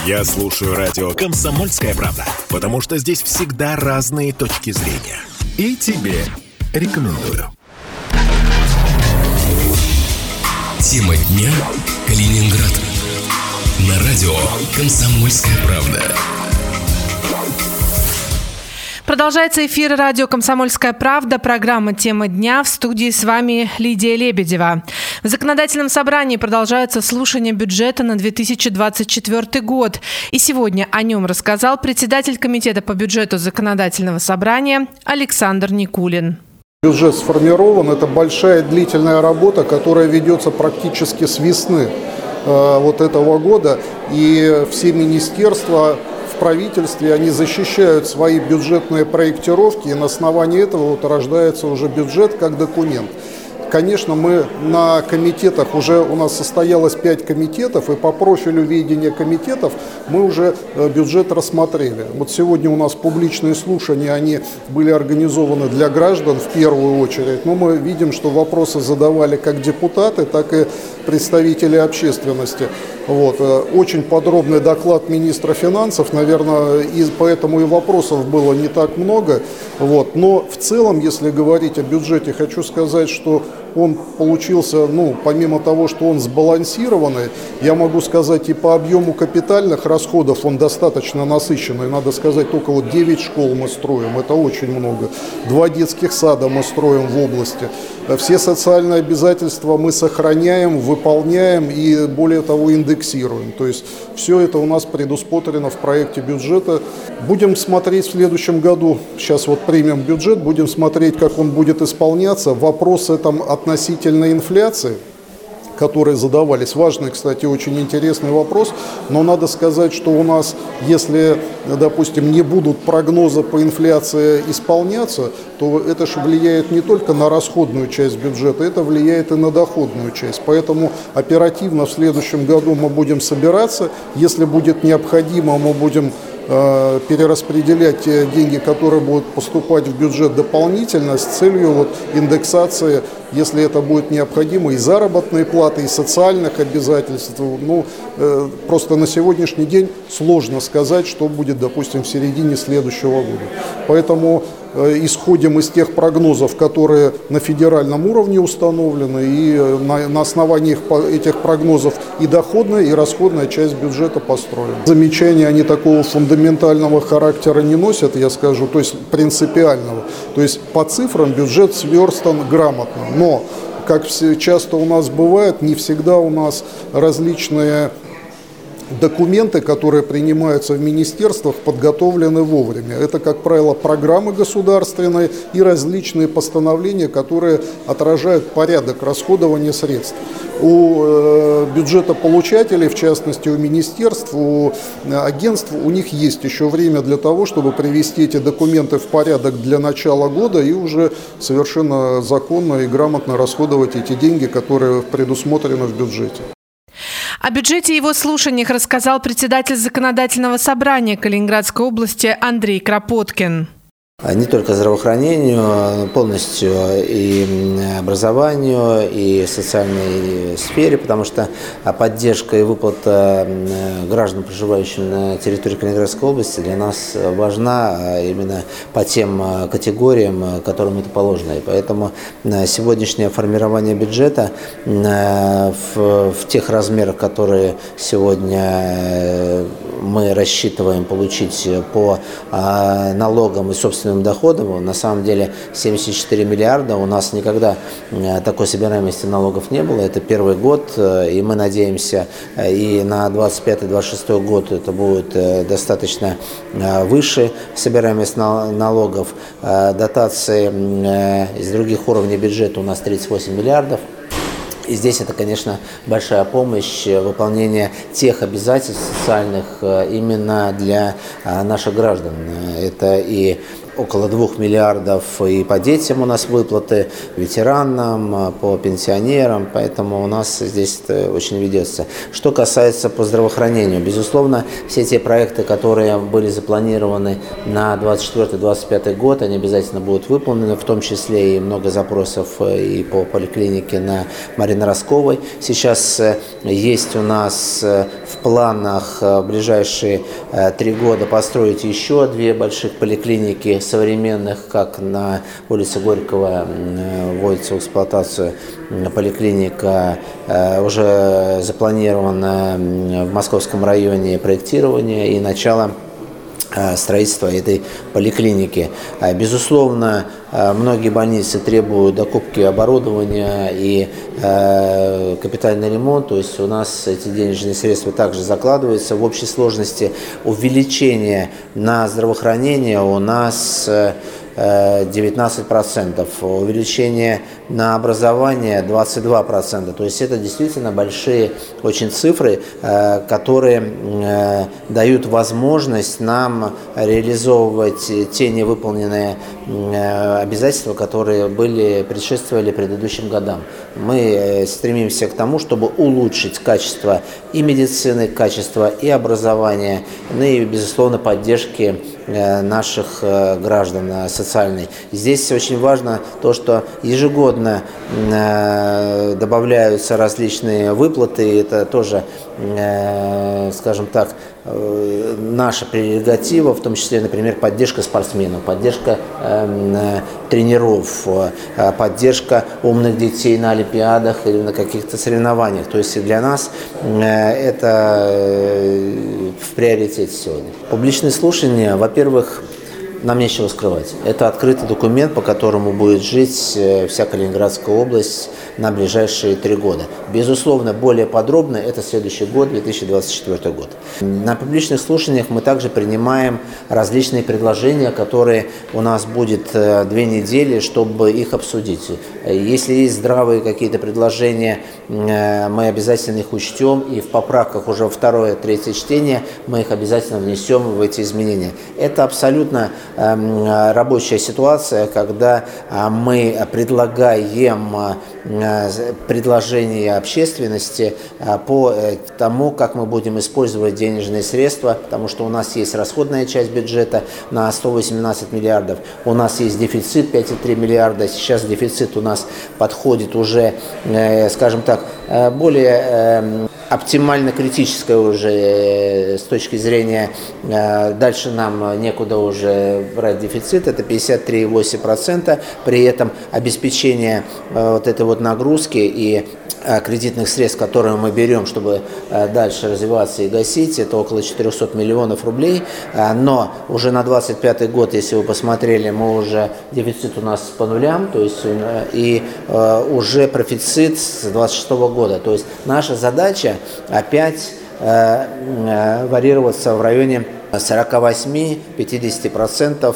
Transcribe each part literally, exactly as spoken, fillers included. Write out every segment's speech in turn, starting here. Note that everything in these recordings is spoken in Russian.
Я слушаю радио «Комсомольская правда», потому что здесь всегда разные точки зрения. И тебе рекомендую. Тема дня: Калининград. На радио «Комсомольская правда». Продолжается эфир радио «Комсомольская правда», программа «Тема дня». В студии с вами Лидия Лебедева. В законодательном собрании продолжаются слушания бюджета на две тысячи двадцать четвёртый год. И сегодня о нем рассказал председатель комитета по бюджету законодательного собрания Александр Никулин. Бюджет сформирован. Это большая длительная работа, которая ведется практически с весны э, вот этого года. И все министерства в правительстве, они защищают свои бюджетные проектировки, и на основании этого вот рождается уже бюджет как документ. Конечно, мы на комитетах, уже у нас состоялось пять комитетов, и по профилю ведения комитетов мы уже бюджет рассмотрели. Вот сегодня у нас публичные слушания, они были организованы для граждан в первую очередь, но мы видим, что вопросы задавали как депутаты, так и представители общественности. Вот. Очень подробный доклад министра финансов, наверное, и поэтому и вопросов было не так много. Вот. Но в целом, если говорить о бюджете, хочу сказать, что он получился, ну, помимо того, что он сбалансированный, я могу сказать, и по объему капитальных расходов он достаточно насыщенный. Надо сказать, только вот девять школ мы строим, это очень много. Два детских сада мы строим в области. Все социальные обязательства мы сохраняем, выполняем и, более того, индексируем. То есть все это у нас предусмотрено в проекте бюджета. Будем смотреть в следующем году, сейчас вот примем бюджет, будем смотреть, как он будет исполняться. Вопросы там относительно инфляции, которые задавались. Важный, кстати, очень интересный вопрос, но надо сказать, что у нас, если, допустим, не будут прогнозы по инфляции исполняться, то это же влияет не только на расходную часть бюджета, это влияет и на доходную часть. Поэтому оперативно в следующем году мы будем собираться. Если будет необходимо, мы будем э, перераспределять те деньги, которые будут поступать в бюджет дополнительно с целью вот индексации, если это будет необходимо, и заработные платы, и социальных обязательств. Ну, э, просто на сегодняшний день сложно сказать, что будет, допустим, в середине следующего года. Поэтому э, исходим из тех прогнозов, которые на федеральном уровне установлены, и э, на, на основании их, этих прогнозов и доходная, и расходная часть бюджета построена. Замечания, они такого фундаментального характера не носят, я скажу, то есть принципиального. То есть по цифрам бюджет сверстан грамотно. Но, как часто у нас бывает, не всегда у нас различные документы, которые принимаются в министерствах, подготовлены вовремя. Это, как правило, программы государственные и различные постановления, которые отражают порядок расходования средств. У э, бюджетополучателей, в частности у министерств, у агентств, у них есть еще время для того, чтобы привести эти документы в порядок для начала года и уже совершенно законно и грамотно расходовать эти деньги, которые предусмотрены в бюджете. О бюджете и его слушаниях рассказал председатель законодательного собрания Калининградской области Андрей Кропоткин. Не только здравоохранению, полностью и образованию, и социальной сфере, потому что поддержка и выплата граждан, проживающим на территории Калининградской области, для нас важна именно по тем категориям, которым это положено. И поэтому сегодняшнее формирование бюджета в, в тех размерах, которые сегодня мы рассчитываем получить по налогам и собственным доходам, на самом деле семьдесят четыре миллиарда, у нас никогда такой собираемости налогов не было, это первый год, и мы надеемся и на двадцать пятый — двадцать шестой год это будет достаточно выше собираемость налогов, дотации из других уровней бюджета у нас тридцать восемь миллиардов. И здесь это, конечно, большая помощь выполнения тех обязательств социальных именно для наших граждан. Это и около двух миллиардов и по детям у нас выплаты, ветеранам, по пенсионерам, поэтому у нас здесь это очень ведется. Что касается по здравоохранению, безусловно, все те проекты, которые были запланированы на двадцать четвёртый — двадцать пятый год, они обязательно будут выполнены, в том числе и много запросов и по поликлинике на Марины Росковой. Сейчас есть у нас в планах в ближайшие три года построить еще две больших поликлиники современных, как на улице Горького вводится в эксплуатацию поликлиника, уже запланировано в Московском районе проектирование и начало строительства этой поликлиники. Безусловно, многие больницы требуют докупки оборудования и э, капитальный ремонт, то есть у нас эти денежные средства также закладываются. В общей сложности увеличение на здравоохранение у нас девятнадцать процентов, увеличение на образование двадцать два процента. То есть это действительно большие очень цифры, которые дают возможность нам реализовывать те невыполненные обязательства, которые были, предшествовали предыдущим годам. Мы стремимся к тому, чтобы улучшить качество и медицины, качество и образования, ну и, безусловно, поддержки наших граждан социальной. Здесь очень важно то, что ежегодно добавляются различные выплаты. Это тоже, скажем так, наша прерогатива, в том числе, например, поддержка спортсменов, поддержка э, тренеров, поддержка умных детей на олимпиадах или на каких-то соревнованиях. То есть для нас э, это э, в приоритете сегодня. Публичные слушания, во-первых, нам нечего скрывать. Это открытый документ, по которому будет жить вся Калининградская область на ближайшие три года. Безусловно, более подробно это следующий год, две тысячи двадцать четвёртый год. На публичных слушаниях мы также принимаем различные предложения, которые у нас будет две недели, чтобы их обсудить. Если есть здравые какие-то предложения, мы обязательно их учтем, и в поправках уже второе, третье чтение мы их обязательно внесем в эти изменения. Это абсолютно рабочая ситуация, когда мы предлагаем предложения общественности по тому, как мы будем использовать денежные средства, потому что у нас есть расходная часть бюджета на сто восемнадцать миллиардов, у нас есть дефицит пять целых три миллиарда, сейчас дефицит у нас подходит уже, скажем так, более оптимально критическое уже с точки зрения, дальше нам некуда уже брать дефицит, это пятьдесят три целых восемь десятых процента, при этом обеспечение вот этой вот нагрузки и кредитных средств, которые мы берем, чтобы дальше развиваться и гасить, это около четырехсот миллионов рублей, но уже на двадцать пятый год, если вы посмотрели, мы уже дефицит у нас по нулям, то есть и уже профицит с двадцать шестого года, то есть наша задача опять варьироваться в районе сорок восемь - пятьдесят процентов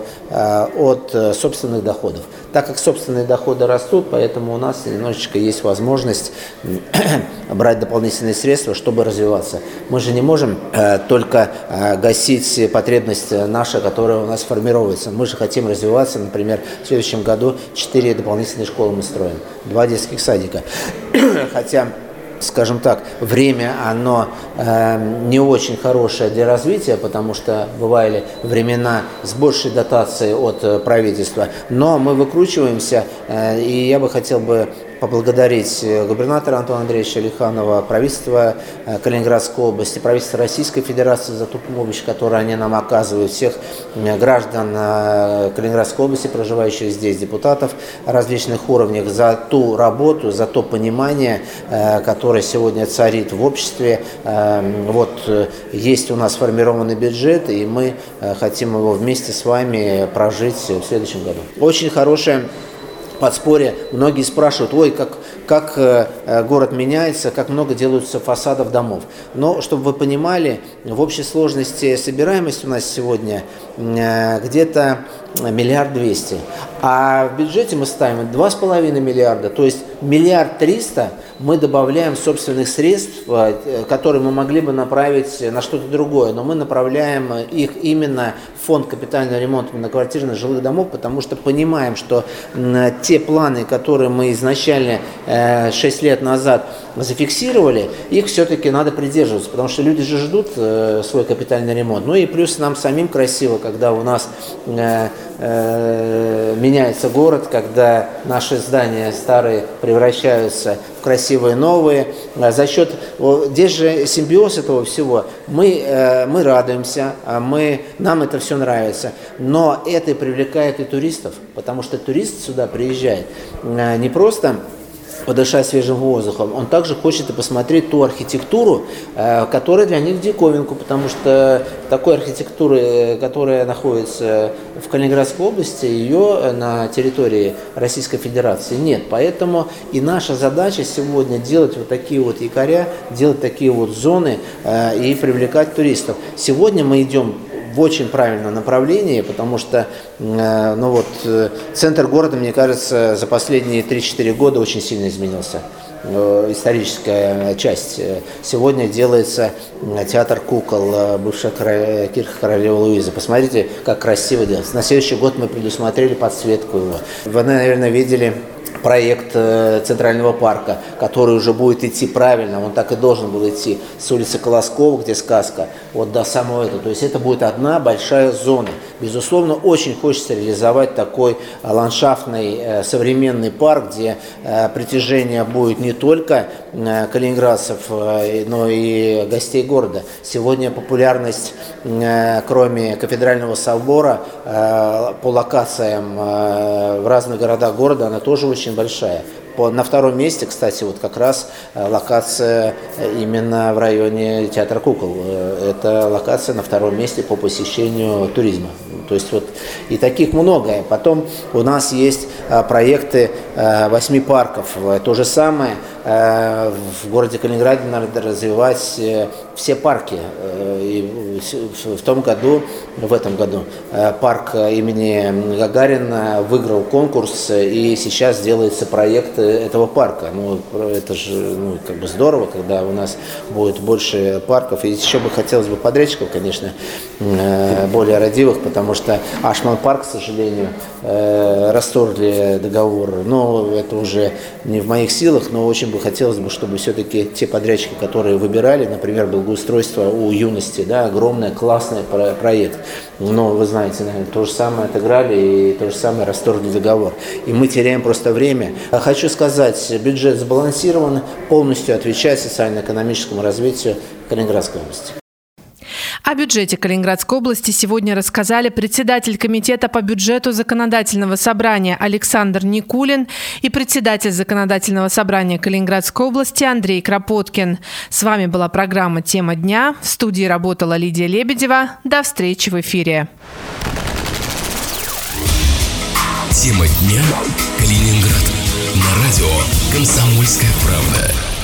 от собственных доходов. Так как собственные доходы растут, поэтому у нас немножечко есть возможность брать дополнительные средства, чтобы развиваться. Мы же не можем только гасить потребность наша, которая у нас формируется. Мы же хотим развиваться, например, в следующем году четыре дополнительные школы мы строим, два детских садика. Хотя, скажем так, время, оно э, не очень хорошее для развития, потому что бывали времена с большей дотацией от э, правительства, но мы выкручиваемся, э, и я бы хотел бы поблагодарить губернатора Антона Андреевича Алиханова, правительство Калининградской области, правительство Российской Федерации за ту помощь, которую они нам оказывают, всех граждан Калининградской области, проживающих здесь, депутатов различных уровней, за ту работу, за то понимание, которое сегодня царит в обществе. Вот есть у нас сформированный бюджет, и мы хотим его вместе с вами прожить в следующем году. Очень хорошая подспорье. Многие спрашивают, ой, как, как город меняется, как много делаются фасадов домов. Но, чтобы вы понимали, в общей сложности собираемость у нас сегодня где-то миллиард двести. А в бюджете мы ставим два с половиной миллиарда, то есть миллиард триста мы добавляем собственных средств, которые мы могли бы направить на что-то другое, но мы направляем их именно в фонд капитального ремонта многоквартирных жилых домов, потому что понимаем, что те планы, которые мы изначально шесть лет назад зафиксировали, их все-таки надо придерживаться, потому что люди же ждут свой капитальный ремонт. Ну и плюс нам самим красиво, когда у нас меняется город, когда наши здания старые превращаются в красивые новые. За счет, здесь же симбиоз этого всего. Мы, мы радуемся, мы, нам это все нравится, но это привлекает и туристов, потому что турист сюда приезжает не просто подышать свежим воздухом, он также хочет и посмотреть ту архитектуру, которая для них в диковинку, потому что такой архитектуры, которая находится в Калининградской области, ее на территории Российской Федерации нет. Поэтому и наша задача сегодня делать вот такие вот якоря, делать такие вот зоны и привлекать туристов. Сегодня мы идем в очень правильном направлении, потому что ну вот, центр города, мне кажется, за последние три-четыре года очень сильно изменился. Историческая часть. Сегодня делается театр кукол, бывшая кирха королевы Луизы. Посмотрите, как красиво делается. На следующий год мы предусмотрели подсветку его. Вы, наверное, видели проект Центрального парка, который уже будет идти правильно, он так и должен был идти с улицы Колоскова, где сказка, вот до самого этого. То есть это будет одна большая зона. Безусловно, очень хочется реализовать такой ландшафтный современный парк, где притяжение будет не только калининградцев, но и гостей города. Сегодня популярность, кроме кафедрального собора, по локациям в разных городах города, она тоже очень большая. На втором месте, кстати, вот как раз локация именно в районе театра кукол. Это локация на втором месте по посещению туризма. То есть вот и таких много. Потом у нас есть проекты восьми парков. То же самое в городе Калининграде надо развивать все парки. И в том году, в этом году парк имени Гагарина выиграл конкурс, и сейчас делается проект этого парка. Ну, это же ну, как бы здорово, когда у нас будет больше парков. И еще бы хотелось бы подрядчиков, конечно, более родивых, потому что Ашман парк, к сожалению, расторгли договор. Но это уже не в моих силах, но очень бы хотелось бы, чтобы все-таки те подрядчики, которые выбирали, например, благоустройство у юности, да, огромный, классный проект. Но вы знаете, наверное, то же самое отыграли и то же самое расторгли договор. И мы теряем просто время. Хочу сказать, бюджет сбалансирован, полностью отвечает социально-экономическому развитию Калининградской области. О бюджете Калининградской области сегодня рассказали председатель комитета по бюджету Законодательного собрания Александр Никулин и председатель Законодательного собрания Калининградской области Андрей Кропоткин. С вами была программа «Тема дня». В студии работала Лидия Лебедева. До встречи в эфире. Тема дня. Калининград. На радио «Комсомольская правда».